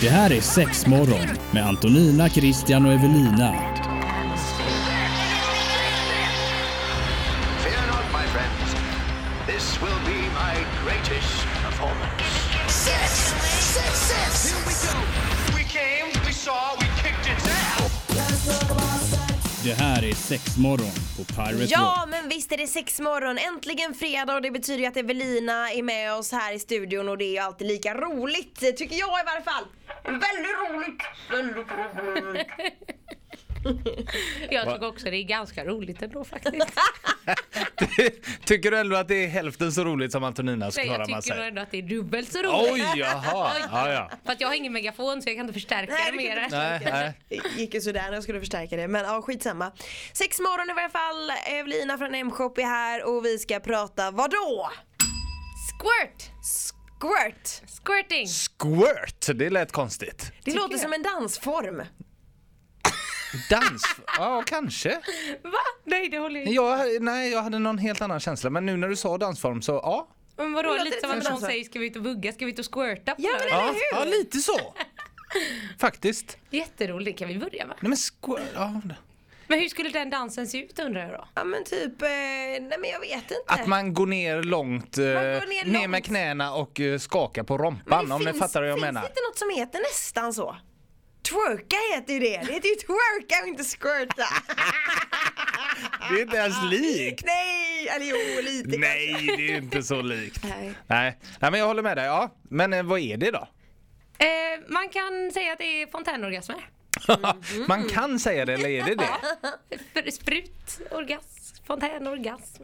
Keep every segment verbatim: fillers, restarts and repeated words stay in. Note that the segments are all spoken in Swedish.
Det här är Sexmorgon med Antonina, Christian och Evelina. Fear not, my friends. This will be my greatest performance. Six! Six, six! Here we go. We came, we saw, we kicked its ass. Det här är Sexmorgon på Pirate Ja, Rock. men visst är det Sexmorgon. Äntligen fredag och det betyder ju att Evelina är med oss här i studion och det är ju alltid lika roligt, tycker jag i varje fall. Väldigt roligt. Väldigt roligt. Jag tycker också det är ganska roligt ändå faktiskt. Tycker du ändå att det är hälften så roligt som Antoninas, Nej, klarar jag man tycker sig? ändå att det är dubbelt så roligt. Oj, jaha. Ja, ja. För att jag har ingen megafon så jag kan inte förstärka Nej, det du kan mer. inte Nej, nej. Det gick ju sådär när jag skulle förstärka det. Men ja, skitsamma. Sexmorgon i varje fall. Evelina från M-shop är här och vi ska prata vadå? Squirt! Squirt. Squirting! Squirt, det lät konstigt. Det låter jag. som en dansform. Dans, ja kanske. Va? Nej, det håller jag inte. Jag, nej, jag hade någon helt annan känsla. Men nu när du sa dansform så, ja. Men vadå, Det låter lite lite som att som någon en säger ska vi ut och vugga, ska vi ut och squirta på Ja, men det? Ja, Eller hur? ja, lite så. Faktiskt. Jätteroligt, kan vi börja va? Nej men squirt, ja. Men hur skulle den dansen se ut undrar jag då? Ja men typ, eh, nej men jag vet inte. Att man går ner långt, eh, går ner ner långt. med knäna och eh, skakar på Men rompan, det om finns, ni fattar vad jag finns menar. det inte något som heter nästan så? Twerka heter ju det. Det heter ju twerka och inte squirta. Det är inte ens likt. Nej, eller jo, lite Nej, kanske. det är inte så likt. Nej. Nej, nej men jag håller med dig. Ja, men eh, vad är det då? Eh, man kan säga att det är fontänorgasmer. Man kan säga det, eller är det det? För- Sprut, orgasm, fontänorgasm.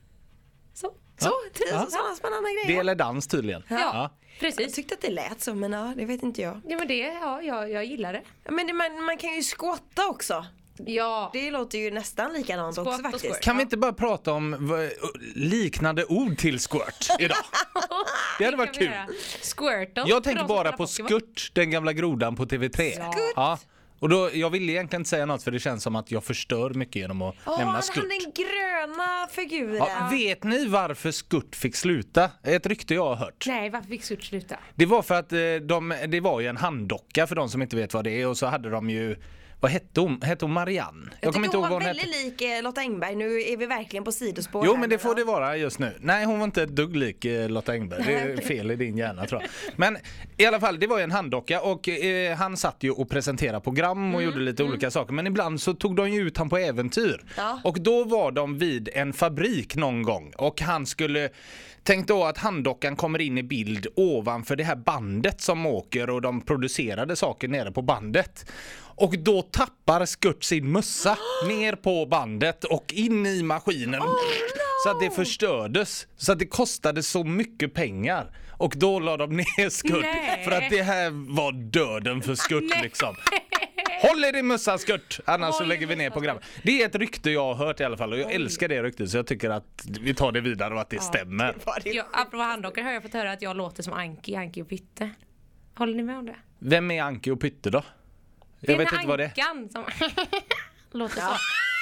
Så. Så, det är Ja. så sådana spännande Det grejer. eller dans tydligen. Ja, Jag precis. tyckte att det lät så, men ja, det vet inte jag. Ja men det, ja, jag, jag gillar det. Ja, Men det, man, man kan ju squatta också. Ja. Det låter ju nästan likadant också Squat och faktiskt. squirt. Kan vi inte bara prata om vad- liknande ord till squirt idag? Det hade varit kul. Squirt. Jag tänker bara på Skurt, den gamla grodan på T V tre. Skurt? Ja. Och då, jag vill egentligen inte säga något för det känns som att jag förstör mycket genom att Åh, nämna han Skurt. den gröna figuren. Ja, vet ni varför Skurt fick sluta? Ett rykte jag har hört. Nej, varför fick Skurt sluta? Det var för att eh, de, det var ju en handdocka för de som inte vet vad det är, och så hade de ju, vad hette hon? Hette hon Marianne? Jag kommer tycker hon var vad väldigt lik eh, Lotta Engberg. Nu är vi verkligen på sidospår Jo här, men det får ja. det vara just nu. Nej, hon var inte ett dugg lik eh, Lotta Engberg. Det är fel i din hjärna tror jag. Men i alla fall, det var ju en handdocka och eh, han satt ju och presenterade program och gjorde lite olika saker. Men ibland så tog de ju ut han på äventyr. Ja. Och då var de vid en fabrik någon gång och han skulle... Tänk då att handdockan kommer in i bild ovanför det här bandet som åker och de producerade saker nere på bandet. Och då tappar Skurt sin mössa ner på bandet och in i maskinen. Oh, no! Så att det förstördes. Så att det kostade så mycket pengar. Och då la de ner Skurt. Nej. För att det här var döden för Skurt Nej. liksom. Håll i din mössa Skurt, annars så Håll i lägger vi ner mössan, programmet. Det är ett rykte jag har hört i alla fall och jag älskar det ryktet så jag tycker att vi tar det vidare och att det stämmer. Var det- Ja, apropå handdockor har jag fått höra att jag låter som Anki, Anki och Pytte. Håller ni med om det? Vem är Anki och Pytte då? Det är Jag vet den inte vad det är. ankan som låter så.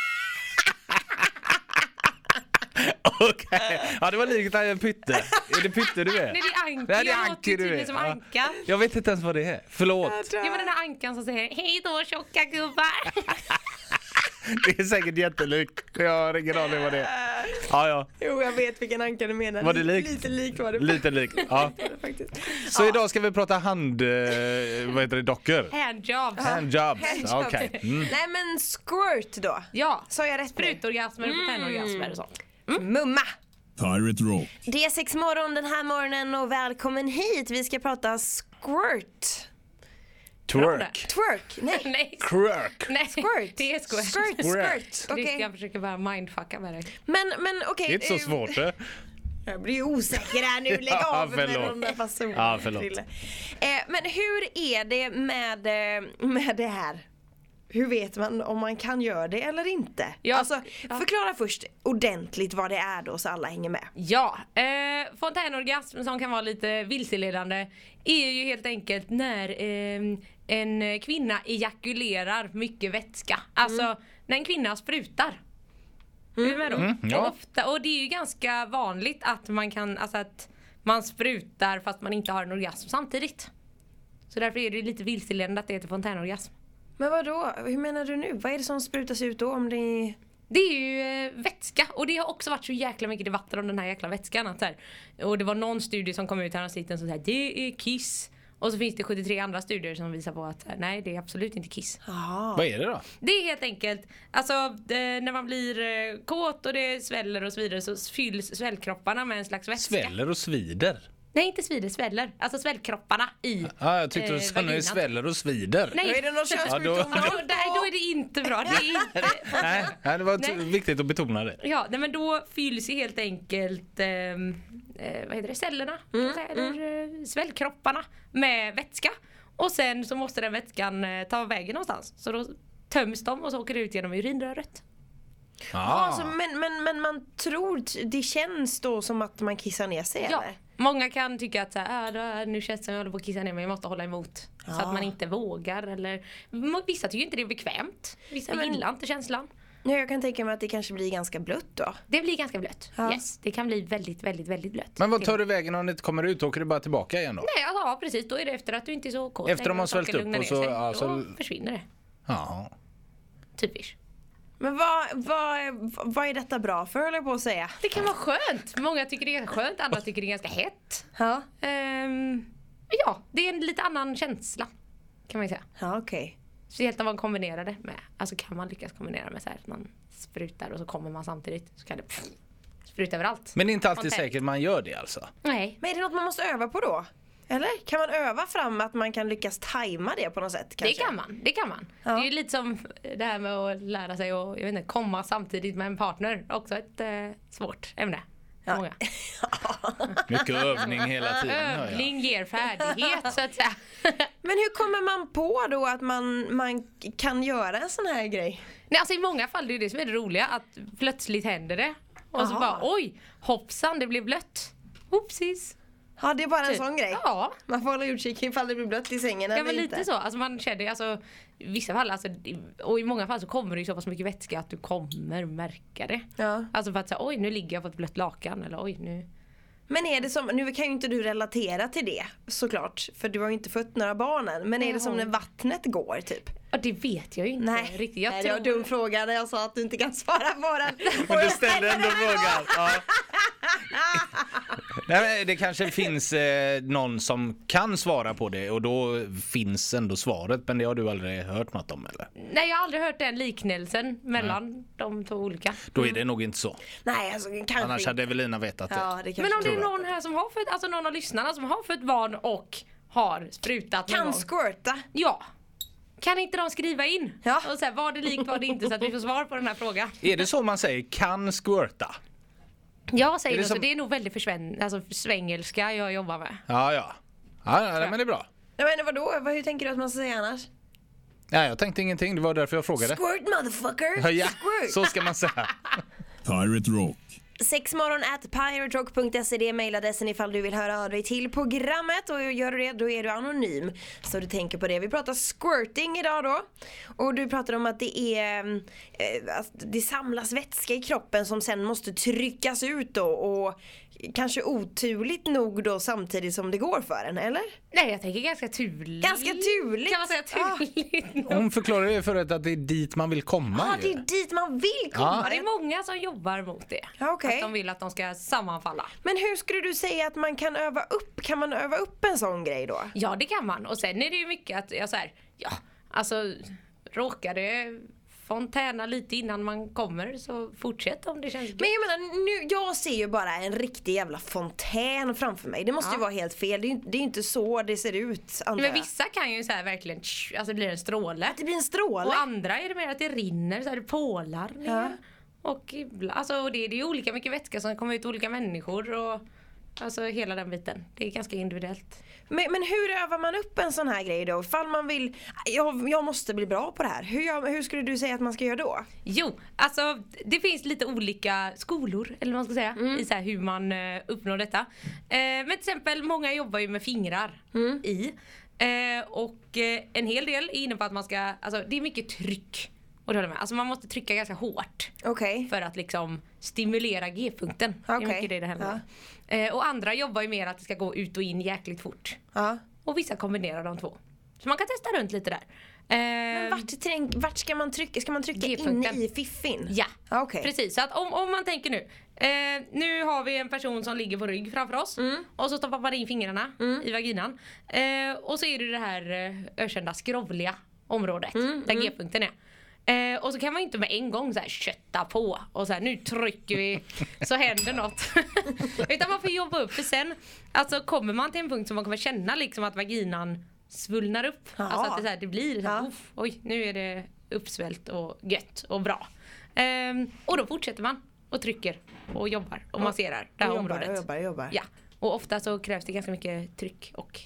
Okej, ja det var likt en Pytte. Är det Pytte du är? Nej, det är Anki. Nej, det är Jag Anki låter ju du är. tydligen som Ja. Ankan. Jag vet inte ens vad det är. Förlåt. Ja men den här ankan som säger hej då tjocka gubbar. Det är säkert jättelikt. Jag har ingen aning vad det är. Ja, ja. Jo, jag vet vilken anka du menar. Var det likt? Lite likt var det. Lite likt. Ja. faktiskt. Så idag ska vi prata hand... eh, Vad heter det? Dockor? Handjobs. Handjobs. Handjob. Okej. Mm. Nej men squirt då. Ja. Sa jag rätt nu? Sprutorgasmer och fontänorgasmer och sånt. Mumma. Pirate Rock. Det är sex morgon den här morgonen och välkommen hit. Vi ska prata squirt. Twerk. Twerk. Nej. Nej. Quirk. Nej. Squirt. Det är squirt. Squirt. Squirt. Okej. Jag försöker bara mindfucka med dig. Men, men okej. Det är inte så eh, svårt. Det. Jag blir ju osäker här nu. Lägg Ja, av med förlåt. de där fasonerna. Ja, förlåt. Krille. Eh, men hur är det med, eh, med det här? Hur vet man om man kan göra det eller inte? Ja. Alltså, Ja. förklara först ordentligt vad det är då så alla hänger med. Ja, eh, fontänorgasm som kan vara lite vilseledande är ju helt enkelt när eh, en kvinna ejakulerar mycket vätska. Alltså Mm. när en kvinna sprutar. Är du med då? Mm, ja. Och, ofta, och det är ju ganska vanligt att man kan, alltså att man sprutar fast man inte har en orgasm samtidigt. Så därför är det lite vilseledande att det heter fontänorgasm. Men vad då? Hur menar du nu? Vad är det som sprutas ut då om det... Det är ju eh, vätska, och det har också varit så jäkla mycket debatter om den här jäkla vätskan. Att så här, och det var någon studie som kom ut här och som sa det är kiss. Och så finns det sjuttiotre andra studier som visar på att nej, det är absolut inte kiss. Aha. Vad är det då? Det är helt enkelt, alltså det, när man blir eh, kåt och det sväller och så vidare så fylls svällkropparna med en slags vätska. Sväller och svider? Nej, inte svider, sväller. Alltså svällkropparna i Ja, jag tyckte eh, du sa nu vaginan. sväller och svider. Nej, Är det någon Ja, då- könssjukdom? då, nej, då är det inte bra. Det är inte... Nej, nej, det var t- Nej. viktigt att betona det. Ja, nej, men då fylls ju helt enkelt ehm, eh, vad heter det, cellerna, mm, eller eh, svällkropparna med vätska. Och sen så måste den vätskan eh, ta vägen någonstans. Så då töms de och så åker det ut genom urinröret. Ja, Ah. alltså, men, men, men man tror, t- det känns då som att man kissar ner sig Ja, eller? många kan tycka att så här, ah, då, nu känns det som jag håller på att kissa ner mig, jag måste hålla emot. Så Ja. att man inte vågar. Eller, vissa tycker inte det är bekvämt. Vissa Men- gillar inte känslan. Ja, jag kan tänka mig att det kanske blir ganska blött då. Det blir ganska blött. Ja. Yes, det kan bli väldigt, väldigt, väldigt blött. Men vad tar du vägen om det inte kommer ut? Åker du bara tillbaka igen då? Nej, alltså, ja, precis. Då är det efter att du inte är så kåt. Efter de längre har och saker svällt upp lugnar och ner så- sig. ja, Då så- försvinner det. Ja. Typiskt. Men vad, vad, vad är detta bra för, håller jag på att säga? Det kan vara skönt. Många tycker det är ganska skönt, andra tycker det är ganska hett. Ja, Ehm, ja, det är en lite annan känsla kan man ju säga. ja okej. Speciellt när man kombinerar det med, alltså kan man lyckas kombinera med så här att man sprutar och så kommer man samtidigt så kan det pff, spruta överallt. Men det är inte alltid Fontän. säkert man gör det alltså. Nej. Men är det något man måste öva på då? Eller? Kan man öva fram att man kan lyckas tajma det på något sätt? Kanske? Det kan man, det kan man. Ja. Det är ju lite som det här med att lära sig att, jag vet inte, komma samtidigt med en partner. Också ett eh, svårt ämne. För Ja. många. Mycket övning hela tiden. hör jag. Övning ger färdighet så att säga. Men hur kommer man på då att man, man kan göra en sån här grej? Nej, alltså i många fall det är det som är det roliga, att plötsligt händer det. Och så Aha. bara, oj, hoppsan, det blev blött. Hoppsis. Ja, det är bara en Typ. sån grej. Ja, Man får hålla utkik ifall det blir blött i sängen ja eller men inte. lite så. Alltså man känner, alltså i vissa fall, alltså, och i många fall så kommer det ju så pass mycket vätska att du kommer märka det. Ja. Alltså för att säga, oj nu ligger jag på ett blött lakan, eller oj nu. Men är det som, nu kan ju inte du relatera till det såklart, för du har ju inte fått några barn än. Men är det som när vattnet går typ? Ja, det vet jag ju inte Nej, riktigt. Jag Nej tror... det var en dum fråga när jag sa att du inte kan svara på den. Men du ställde ändå frågan. Ja. Nej, men det kanske finns eh, någon som kan svara på det och då finns ändå svaret, men det har du aldrig hört något om eller? Nej, jag har aldrig hört den liknelsen mellan Nej. de två olika. Då är det nog inte så. Nej, alltså kanske Annars inte. hade Evelina vetat det. Ja, det kanske Men om det är tror jag någon här som har fött, alltså någon av lyssnarna som har fött barn och har sprutat någon kan gång. squirta. Ja. Kan inte de skriva in? Ja. Och så här, var det likt, var det inte, så att vi får svar på den här frågan. Är det så man säger kan squirta? Jag säger Är det det, så som- det är nog väldigt försvän, alltså svengelska jag jobbar med. Ja, ja. Ja, ja men det är bra. Nej, men vadå? Vad- Hur tänker du att man ska säga annars? Ja, jag tänkte ingenting, det var därför jag frågade. Squirt motherfucker! Ja, ja, Squirt! så ska man säga. Pirate Rock. Sexmorgon at piraterock punkt se, det är mejladressen ifall du vill höra av dig till programmet, och gör du det då är du anonym, så du tänker på det. Vi pratar squirting idag då, och du pratar om att det är eh, att det samlas vätska i kroppen som sen måste tryckas ut då, och kanske oturligt nog då samtidigt som det går för en, eller? Nej, jag tänker ganska turligt. Ganska turligt. Kan man säga turligt? Hon förklarar ju förut att det är dit man vill komma. Ja, det ju. är dit man vill komma. Ja, det är många som jobbar mot det. Ja, okej. Att de vill att de ska sammanfalla. Men hur skulle du säga att man kan öva upp? Kan man öva upp en sån grej då? Ja, det kan man. Och sen är det ju mycket att jag så här, ja, alltså råkar det fontäna lite innan man kommer så fortsätt om det känns Men jag menar, nu, jag ser ju bara en riktig jävla fontän framför mig. Det måste Ja. ju vara helt fel. Det är ju det är ju inte så det ser ut, antar Men jag. vissa kan ju så här verkligen, tsch, alltså det blir en stråle. Det blir en stråle. Och andra är det mer att det rinner, så här det pålar ner. Ja. Och ibland, alltså och det, det är ju olika mycket vätska som kommer ut olika människor och alltså hela den biten. Det är ganska individuellt. Men, men hur övar man upp en sån här grej då? Ifall man vill, jag, jag måste bli bra på det här. Hur, gör- hur skulle du säga att man ska göra då? Jo, alltså det finns lite olika skolor, eller vad man ska säga, i så här hur man eh, uppnår detta. Eh, men till exempel, många jobbar ju med fingrar i. Eh, och eh, en hel del är inne på att man ska, alltså det är mycket tryck. Och det håller jag med. Alltså man måste trycka ganska hårt Okej. för att liksom stimulera G-punkten. Det Okej. är mycket det det händer. Eh, och andra jobbar ju mer att det ska gå ut och in jäkligt fort. Ja. Och vissa kombinerar de två. Så man kan testa runt lite där. Men vart, tänk, vart ska man trycka? Ska man trycka inne i fiffin? Ja, ah, okay. Precis. Så att om, om man tänker nu. Eh, nu har vi en person som ligger på rygg framför oss. Mm. Och så stoppar man in fingrarna mm. i vaginan. Eh, och så är det det här eh, ökända skrovliga området. Mm. Där mm. G-punkten är. Eh, och så kan man inte med en gång så här kötta på och så här, nu trycker vi så händer något. Utan man får jobba upp, för sen alltså kommer man till en punkt som man kommer känna liksom att vaginan svullnar upp. Ja. Alltså att det, så här, det blir så här, ja. Uff, oj, nu är det uppsvällt och gött och bra. Eh, och då fortsätter man och trycker och jobbar och masserar det här och området. Jobbar, jobbar, jobbar. Ja. Och ofta så krävs det ganska mycket tryck och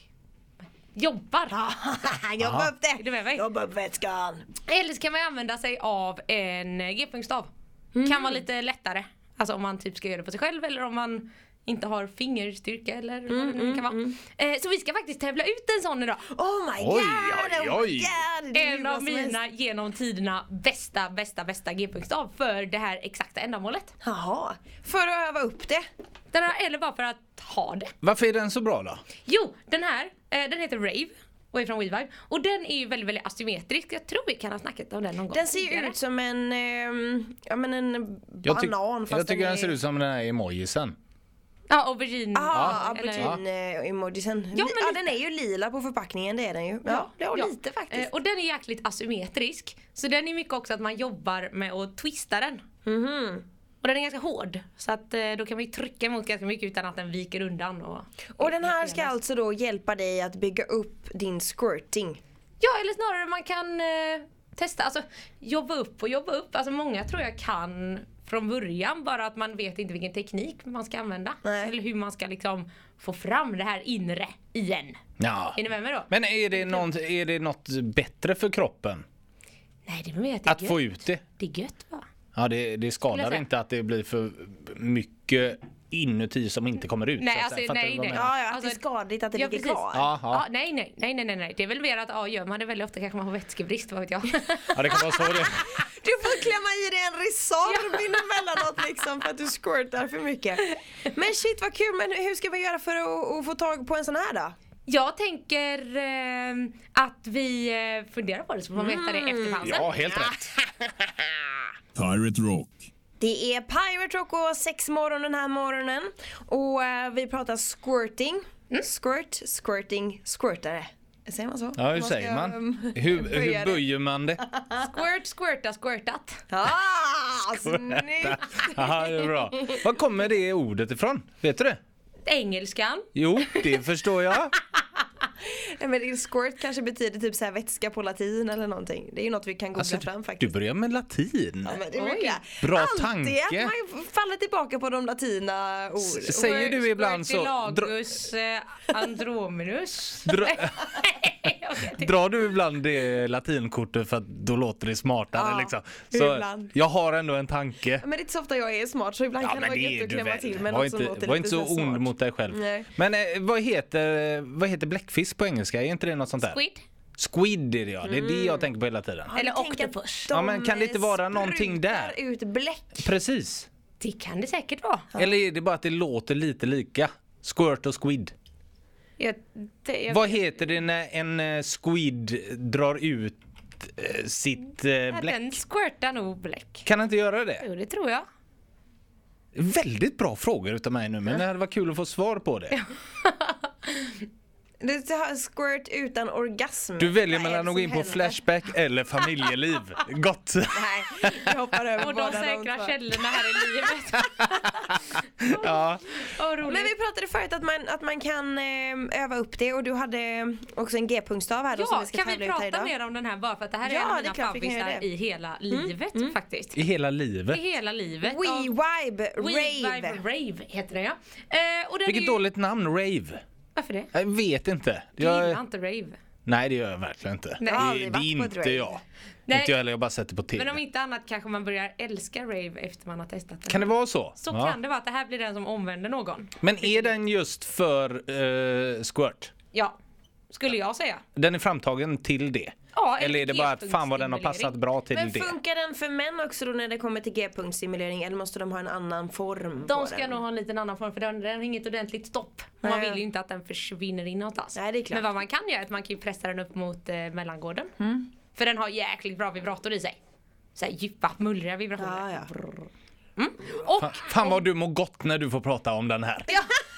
jobbar. Jobba upp det. Är du med mig? Jobba upp vätskan. Eller så kan man använda sig av en G-punktstav. Mm. Kan vara lite lättare. Alltså om man typ ska göra det på sig själv eller om man inte har fingerstyrka eller mm, vad det nu kan vara. Mm. Eh, så vi ska faktiskt tävla ut en sån idag. Oh my god! Oj, oj, oh my god. En av mina helst. genom tiderna bästa, bästa, bästa G-punktstav för det här exakta ändamålet. Jaha, för att öva upp det. Den här, eller bara för att ha det. Varför är den så bra då? Jo, den här, eh, den heter Rave. Och är från WeVibe. Och den är ju väldigt, väldigt asymmetrisk. Jag tror vi kan ha snackat om den någon gång. Den ser ju ut som en, eh, ja men en jag tyck, banan. Fast jag tycker den, den ser ut som den här emojisen. Ja, aubergine. Ja, aubergine-emojisen. Ja, ja, ja, den är ju lila på förpackningen, det är den ju. Ja, ja, ja. lite faktiskt. Eh, och den är jäkligt asymmetrisk. Så den är mycket också att man jobbar med att twista den. Mhm. Och den är ganska hård. Så att eh, då kan vi trycka emot ganska mycket utan att den viker undan. Och, och den här ska alltså då hjälpa dig att bygga upp din squirting. Ja, eller snarare man kan eh, testa. Alltså jobba upp och jobba upp. Alltså många tror jag kan från början. Bara att man vet inte vilken teknik man ska använda. Nej. Eller hur man ska liksom få fram det här inre igen. Ja. Är ni med mig då? Men är det, någon, är det något bättre för kroppen? Nej, det är mer att det är Att gött. få ut det? Det är gött, va? Ja, det, det skadar inte att det blir för mycket inuti som inte kommer ut. Nej, alltså, nej, nej. Ja, ja, att alltså, det är skadligt att det ja, ligger precis. kvar. Ja, ja. Ja, nej, nej, nej, nej, nej. Det är väl mer att ja, gör man det väldigt ofta kanske man har vätskebrist, vad vet jag. Ja, det kan vara så det. Du får klämma i dig en Resorb emellanåt liksom för att du squirtar för mycket. Men shit vad kul, men hur ska vi göra för att, att få tag på en sån här då? Jag tänker eh, att vi eh, funderar på det så får man veta det efter pausen. Ja, helt rätt. Pirate Rock. Det är Pirate Rock och sex morgon den här morgonen. Och uh, vi pratar squirting. Mm. Squirt, squirting, squirtare. Säger man så? Ja, hur man säger ska, man? Um, hur, hur böjer man det? Squirt, squirta, squirtat. Ah, snyggt! Aha, det är bra. Var kommer det ordet ifrån? Vet du det? Engelskan. Jo, det förstår jag. Nej, men squirt kanske betyder typ så här vätska på latin eller någonting. Det är ju något vi kan googla alltså, fram faktiskt. Du börjar med latin. Ja, men det är bra alltid tanke. Att man faller tillbaka på de latina ord. Säger du ibland så... Squirtilagus eh, androminus. Dra... Drar du ibland det latinkortet för att då låter det smartare ja, liksom. Så ibland. jag har ändå en tanke. Men det är inte så ofta jag är smart så ibland ja, kan det vara gött att klämma väl. till med var något som inte, låter var lite inte så, så ond smart. mot dig själv. Nej. Men eh, vad heter vad heter bläckfisk på engelska? Är inte det något sånt där? Squid. Squid är det ja. Det är Mm. det jag tänker på hela tiden. Eller Tänk att octopus. de Ja, men kan det inte vara någonting där? sprutar ut bläck. Precis. Det kan det säkert vara. Eller är det bara att det låter lite lika? Squirt och squid. Jag, det, jag, Vad heter det när en eh, squid drar ut eh, sitt eh, ja, bläck? den squirtar nog bläck. Kan han inte göra det? Jo, det tror jag. Väldigt bra frågor utav mig nu, men det hade varit kul att få svar på det. Det är squirt utan orgasm. Du väljer Nej, mellan att gå in på helvete. Flashback eller familjeliv. Gott! Nej, jag hoppar över Och de båda säkra två. källorna här i livet. Ja. Åh, roligt. Men vi pratade förut att man, att man kan eh, öva upp det och du hade också en G-punktstav här då, som Ja, vi ska kan vi tävla ut här prata idag. mer om den här bara för att det här är Ja, en av det är mina klart vi kan göra favvisar det. i hela livet faktiskt. I hela livet. I hela livet. We av- Vibe We Rave. Vibe Rave heter det ja. Eh, och den Vilket är ju... dåligt namn, Rave. Varför det? Jag vet inte. Du gillar Jag... inte rave. Nej, det gör jag verkligen inte. Nej. Jag har Det, aldrig det är varit på ett inte rave. jag. Nej. Inte jag heller, jag bara sätter på T V. Men om inte annat kanske man börjar älska rave efter man har testat den. Kan det vara så? Så Ja. kan det vara att det här blir den som omvänder någon. Men är den just för uh, squirt? Ja, skulle jag säga. Den är framtagen till det. Ja, eller är det bara att fan vad den har passat bra till Men det? funkar den för män också då när det kommer till G-punktsstimulering, eller måste de ha en annan form på De ska den? nog ha en liten annan form för den, den har inget ordentligt stopp. Man Nej. vill ju inte att den försvinner inåt. Nej, det är klart. Men vad man kan göra är att man kan ju pressa den upp mot eh, mellangården. Mm. För den har jäkligt bra vibrator i sig. Så här djupa, mullriga vibrationer. Ja, ja. Mm. Och Fan, fan vad du mår gott när du får prata om den här.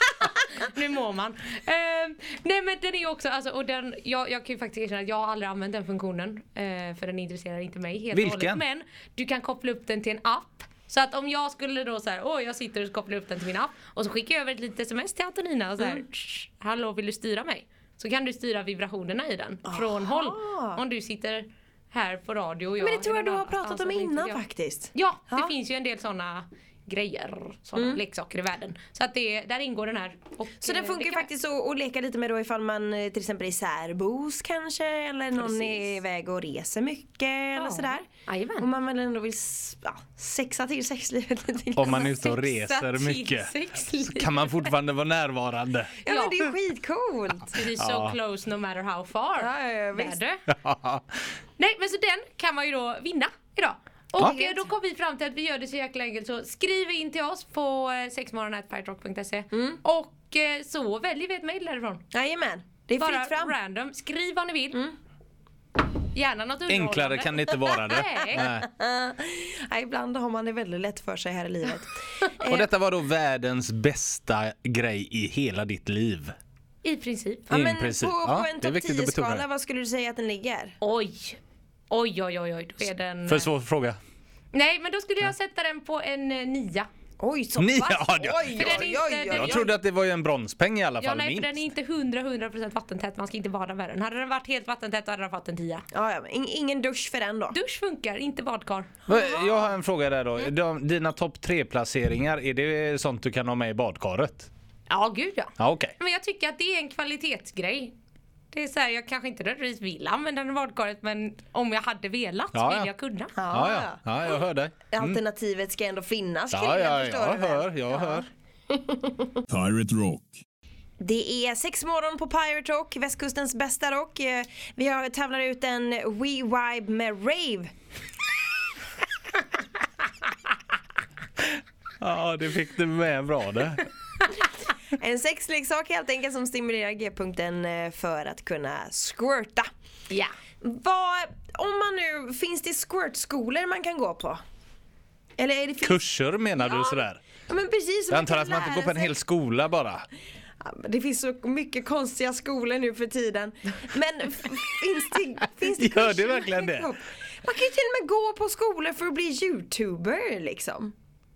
nu mår man. Uh, nej men den är ju också, alltså, och den, jag, jag kan ju faktiskt erkänna att jag har aldrig använt den funktionen. Uh, för den intresserar inte mig helt och hållet. Vilken? Men du kan koppla upp den till en app. Så att om jag skulle då så här, åh jag sitter och kopplar upp den till min app. Och så skickar jag över ett litet sms till Antonina och så här, Mm. hallå vill du styra mig? Så kan du styra vibrationerna i den från håll. Om du sitter här på radio och jag Men det tror är jag du någon har pratat annanstans om och inte innan jag. faktiskt. Ja, det Ja. finns ju en del sådana grejer, sådana leksaker i världen. Så att det, där ingår den här. Och, Så den eh, funkar det kan- faktiskt att, att leka lite med då ifall man eh, till exempel är särbos kanske, eller någon Precis. är iväg och reser mycket eller sådär. Jajamän. Och man väl ändå vill s- ja, sexa till sexlivet lite grann. Om man är ute och Sexa reser till mycket sexliv. så kan man fortfarande vara närvarande. Ja, men det är skitcoolt. It is so close no matter how far. Ja, ja, ja, Där visst. du. Nej men så den kan man ju då vinna idag. Och Ja. eh, då kom vi fram till att vi gör det så jäkla enkelt, så skriv in till oss på eh, sexmorgon at piraterock punkt se och eh, så väljer vi ett mejl därifrån. Jajamän, det är Bara fritt fram. random, skriv vad ni vill. Gärna något underhållande. Enklare kan det inte vara det. Nej. Nej. Ja, ibland har man det väldigt lätt för sig här i livet. Och detta var då världens bästa grej i hela ditt liv. I princip. Ja, I men princip. på, Ja, på en det är topp viktigt att betona tio-skala, det. vad skulle du säga att den ligger? Oj. Oj oj oj oj, då är den... För svår fråga. Nej men då skulle jag sätta den på en eh, nia. Oj, så Ni, pass? ja, det- Oj, För den är oj, inte- oj, den- oj. Jag trodde att det var ju en bronspeng i alla Ja fall, nej för minst. den är inte hundra hundra procent vattentät, man ska inte bada med den. Hade den varit helt vattentät då hade den fått en tia. Ja, ja, men ing- ingen dusch för den då. Dusch funkar, inte badkar. Men jag har en fråga där då. De, dina topp tre placeringar, är det sånt du kan ha med i badkaret? Ja gud ja. Ja, okej. Men jag tycker att det är en kvalitetsgrej. Det är så här, jag kanske inte nödvändigtvis vill använda den i badkaret, men om jag hade velat så Ja, vill ja. jag kunna. Ja, ja. Ja, jag hör dig. Alternativet ska ändå finnas kring Ja, den, ja, förstår jag du väl? hör, jag hör. Pirate Rock. Det är sex morgon på Pirate Rock, västkustens bästa rock. Eh, Vi har tävlar ut en We Vibe med Rave. Ja, det fick du med bra det. En sexleksak helt enkelt som stimulerar G-punkten eh, för att kunna squirta. Ja. Vad, om man nu, finns det squirtskolor man kan gå på? Eller är det finns, Kurser menar du Ja. sådär? Ja, men precis, Jag antar att man inte går på en hel skola bara. Ja, men det finns så mycket konstiga skolor nu för tiden. Men f- finns det, finns det Gör det kurser man verkligen kan det? gå på? Man kan ju till och med gå på skolor för att bli youtuber liksom.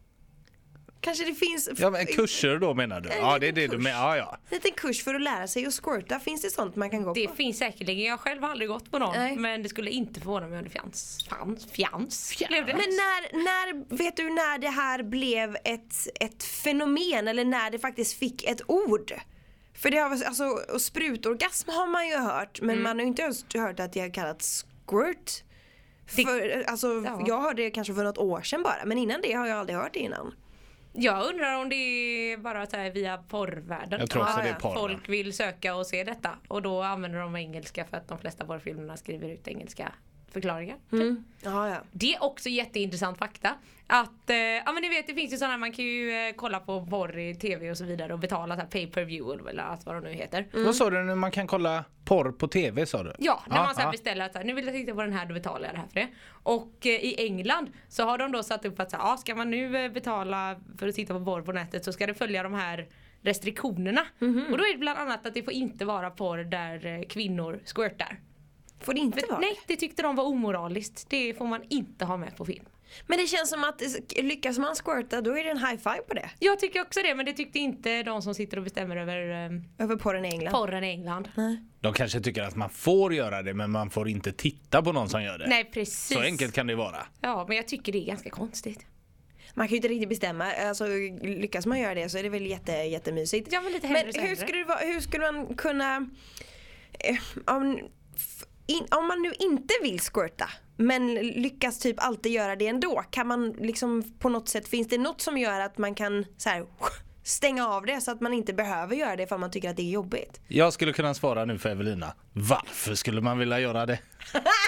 Kanske det finns... Ja, men kurser då menar du? Ja, det är det du menar. Ja, ja. En liten kurs för att lära sig att squirta. Finns det sånt man kan gå Det på? finns säkerligen, jag själv har aldrig gått på någon. Nej. Men det skulle inte förvåna mig om det fanns. Fanns? Fjans? Blev det? Men när, när, vet du när det här blev ett, ett fenomen eller när det faktiskt fick ett ord? För det har, alltså, och sprutorgasm har man ju hört, men man har ju inte just hört att det har kallats squirt. Det- För, alltså, Ja. jag hörde det kanske för något år sedan bara, men innan det har jag aldrig hört det innan. Jag undrar om det är bara så här via porrvärlden. Jag tror också Ja, det är ja. porr. Folk vill söka och se detta. Och då använder de engelska för att de flesta porrfilmerna skriver ut engelska förklaringar. Ja, ja. Det är också jätteintressant fakta. Att, eh, ja men ni vet det finns ju sådana, man kan ju eh, kolla på porr i tv och så vidare och betala så här pay per view eller allt vad de nu heter. Vad sa du nu, man kan kolla porr på tv sa du? Ja, när Ja, man så här ja. beställer att så här, nu vill jag titta på den här, då betalar jag det här för det. Och eh, i England så har de då satt upp att så här, ja, ska man nu eh, betala för att titta på porr på nätet så ska det följa de här restriktionerna. Och då är det bland annat att det får inte vara porr där eh, kvinnor squirtar. Får det inte För, vara? nej, det tyckte de var omoraliskt. Det får man inte ha med på film. Men det känns som att lyckas man squirta, då är det en high five på det. Jag tycker också det, men det tyckte inte de som sitter och bestämmer över eh, Över porren i England. porren i England. De kanske tycker att man får göra det, men man får inte titta på någon som gör det. Nej, precis. Så enkelt kan det vara. Ja, men jag tycker det är ganska konstigt. Man kan ju inte riktigt bestämma, alltså lyckas man göra det så är det väl jätte, jättemysigt. Ja, men lite hellre Men så hur hellre. skulle, det vara, hur skulle man kunna, eh, om, f- in, om man nu inte vill squirta men lyckas typ alltid göra det ändå, kan man liksom på något sätt, finns det något som gör att man kan så här, stänga av det så att man inte behöver göra det för man tycker att det är jobbigt? Jag skulle kunna svara nu för Evelina. Varför skulle man vilja göra det?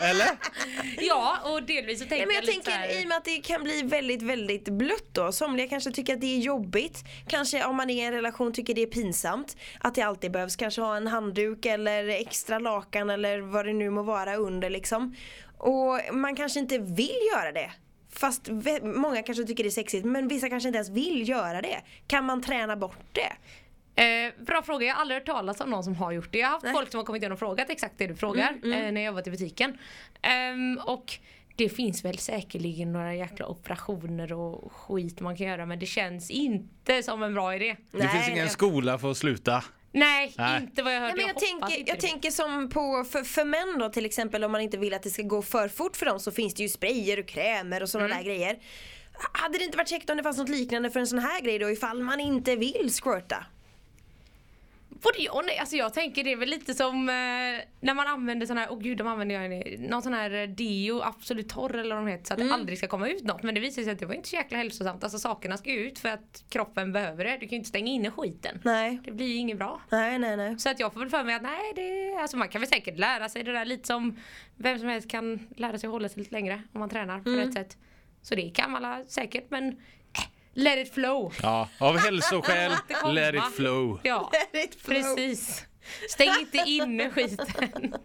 Eller? Ja, och delvis så tänker Nej, men jag, jag lite tänker så här... i och med att det kan bli väldigt, väldigt blött då. Somliga kanske tycker att det är jobbigt. Kanske om man är i en relation tycker det är pinsamt. Att det alltid behövs kanske ha en handduk eller extra lakan eller vad det nu må vara under liksom. Och man kanske inte vill göra det. Fast många kanske tycker det är sexigt, men vissa kanske inte ens vill göra det. Kan man träna bort det? Eh, bra fråga, jag har aldrig hört talas om någon som har gjort det. Jag har haft Nej. folk som har kommit in och frågat exakt det du frågar Mm, mm. Eh, när jag var i butiken. Ehm, och det finns väl säkerligen några jäkla operationer och skit man kan göra, men det känns inte som en bra idé. Det Nej, finns ingen jag- skola för att sluta. Nej, Nej. inte vad jag hört. Ja, men jag, hoppas tänker, inte jag det. tänker som på för, för män då till exempel, om man inte vill att det ska gå för fort för dem, så finns det ju sprayer och krämer och sådana Mm. där grejer. Hade det inte varit käckt om det fanns något liknande för en sån här grej då, ifall man inte vill squirta? Både ja och nej, alltså jag tänker det är väl lite som eh, när man använder sån här, åh oh gud de använder jag någon sån här eh, deo, absolut torr eller vad de heter, så att Mm. det aldrig ska komma ut något. Men det visar sig att det var inte så jäkla hälsosamt, alltså sakerna ska ut för att kroppen behöver det. Du kan ju inte stänga inne skiten. Nej. Det blir ju inget bra. Nej, nej, nej. Så att jag får väl för mig att nej, det, alltså man kan väl säkert lära sig det där lite som vem som helst kan lära sig att hålla sig lite längre om man tränar på Mm. rätt sätt. Så det kan man alla säkert, men eh, let it flow. Ja, av hälsoskäl, komma. let it flow. Ja, Let it flow. precis. Stäng inte inne skiten.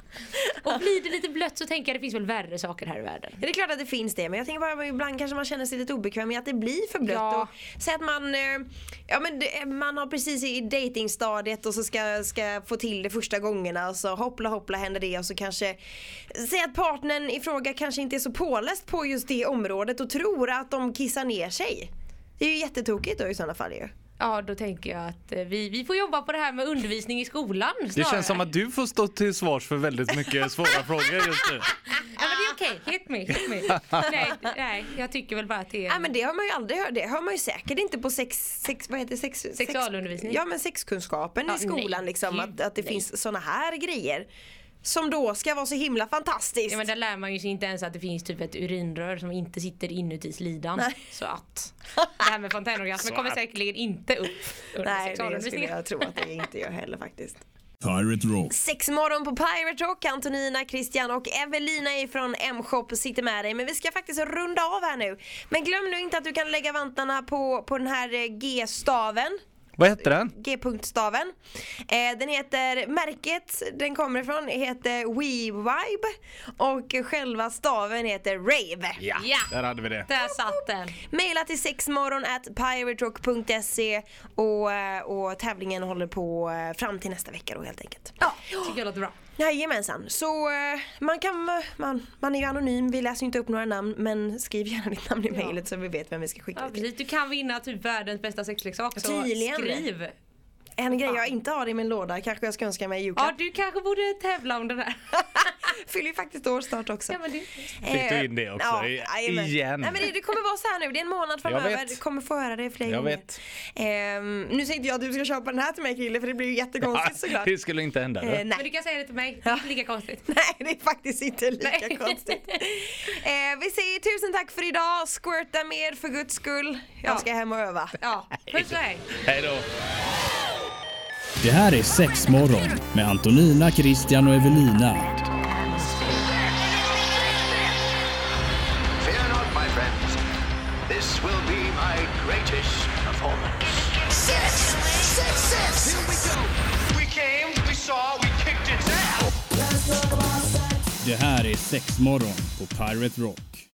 Och blir det lite blött så tänker jag att det finns väl värre saker här i världen. Ja, det är klart att det finns det, men jag tänker bara ibland kanske man känner sig lite obekväm med att det blir för blött. Ja. Och säg att man, eh, ja, men det, man har precis i datingstadiet och så ska, ska få till det första gångerna och så hoppla hoppla händer det och så kanske säg att partnern i fråga kanske inte är så påläst på just det området och tror att de kissar ner sig. Det är ju jättetokigt då i sådana fall ju. Ja, då tänker jag att eh, vi, vi får jobba på det här med undervisning i skolan Det snarare. känns som att du får stå till svars för väldigt mycket svåra frågor just nu. Ja, men det är okej. Hit me, hit me. nej, nej, jag tycker väl bara att det är... Nej, men det har man ju aldrig hört. Det hör man ju säkert inte på sex, sex vad heter det? sex, Sexualundervisning. Sex, ja, men sexkunskapen Ja, i skolan nej, liksom, gud, att, att det nej. finns såna här grejer som då ska vara så himla fantastiskt. Ja, men där lär man ju sig inte ens att det finns typ ett urinrör som inte sitter inuti slidan. Nej. Så att det här med fontänorgasmer kommer säkerligen inte upp under Nej, det skulle sexualundervisningen. jag tro att det inte gör heller faktiskt. Pirate Rock. Sex morgon på Pirate Rock. Antonina, Christian och Evelina från M-shop sitter med dig. Men vi ska faktiskt runda av här nu. Men glöm nu inte att du kan lägga vantarna på, på den här eh, G-staven. Vad heter den? G-punktstaven. Eh, den heter, märket den kommer ifrån heter WeVibe och själva staven heter Rave. Ja, Ja. där hade vi det. Där satt den. Maila till sexmorgon at piraterock punkt se och, eh, och tävlingen håller på eh, fram till nästa vecka då helt enkelt. Ja, tycker jag låter bra. Jajamensan, så eh, man kan, man, man är ju anonym, vi läser ju inte upp några namn, men skriv gärna ditt namn i Ja. mejlet så vi vet vem vi ska skicka Ja, det till. precis. Du kan vinna typ världens bästa sexleksak, så Tydligen. skriv. En grej jag inte har i min låda, kanske jag ska önska mig i julklapp. Ja, du kanske borde tävla om den här. Fyller ju faktiskt år snart också. Ja, men det... Fick du in det också? Ja, I- jajamän. igen. Nej, men det, det kommer vara så här nu, det är en månad framöver. vet. Du kommer få höra det fler Jag gånger. vet. Ehm, nu säger inte jag att du ska köpa den här till mig Krille, för det blir ju jättekonstigt såklart. Det skulle inte hända. Eh, det. nej. Men du kan säga det till mig, det är inte lika konstigt. Nej, det är faktiskt inte lika Nej. konstigt. Eh, vi säger tusen tack för idag. Squirta mer för guds skull. Jag Ja. ska hem och öva. Ja, puss och hej. Hej då. Det här är Sexmorgon med Antonina, Christian och Evelina. Fear not, my friends. This will be my greatest performance. Six, six, six. Here we go. We came, we saw, we kicked its ass. Det här är Sexmorgon på Pirate Rock.